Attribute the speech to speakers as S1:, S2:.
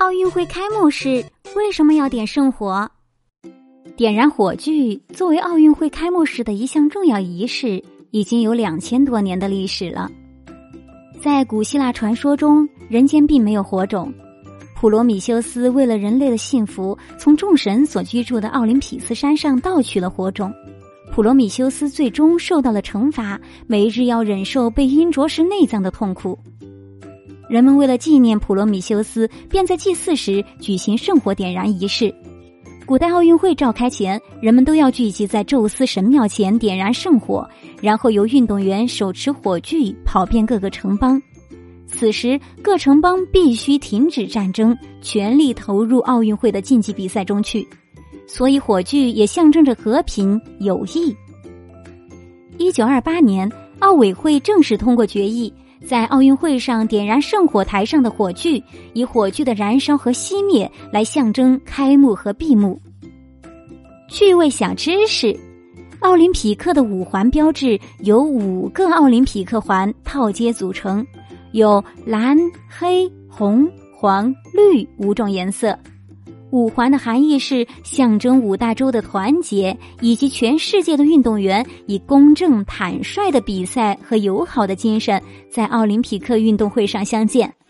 S1: 奥运会开幕式为什么要点圣火？点燃火炬作为奥运会开幕式的一项重要仪式，已经有2000多年的历史了。在古希腊传说中，人间并没有火种。普罗米修斯为了人类的幸福，从众神所居住的奥林匹斯山上盗取了火种。普罗米修斯最终受到了惩罚，每日要忍受被阴灼时内脏的痛苦。人们为了纪念普罗米修斯，便在祭祀时举行圣火点燃仪式。古代奥运会召开前，人们都要聚集在宙斯神庙前点燃圣火，然后由运动员手持火炬跑遍各个城邦。此时各城邦必须停止战争，全力投入奥运会的竞技比赛中去，所以火炬也象征着和平友谊。1928年，奥委会正式通过决议，在奥运会上点燃圣火台上的火炬，以火炬的燃烧和熄灭来象征开幕和闭幕。趣味小知识：奥林匹克的5环标志由5个奥林匹克环套接组成，有蓝、黑、红、黄、绿5种颜色。5环的含义是象征5大洲的团结，以及全世界的运动员以公正坦率的比赛和友好的精神在奥林匹克运动会上相见。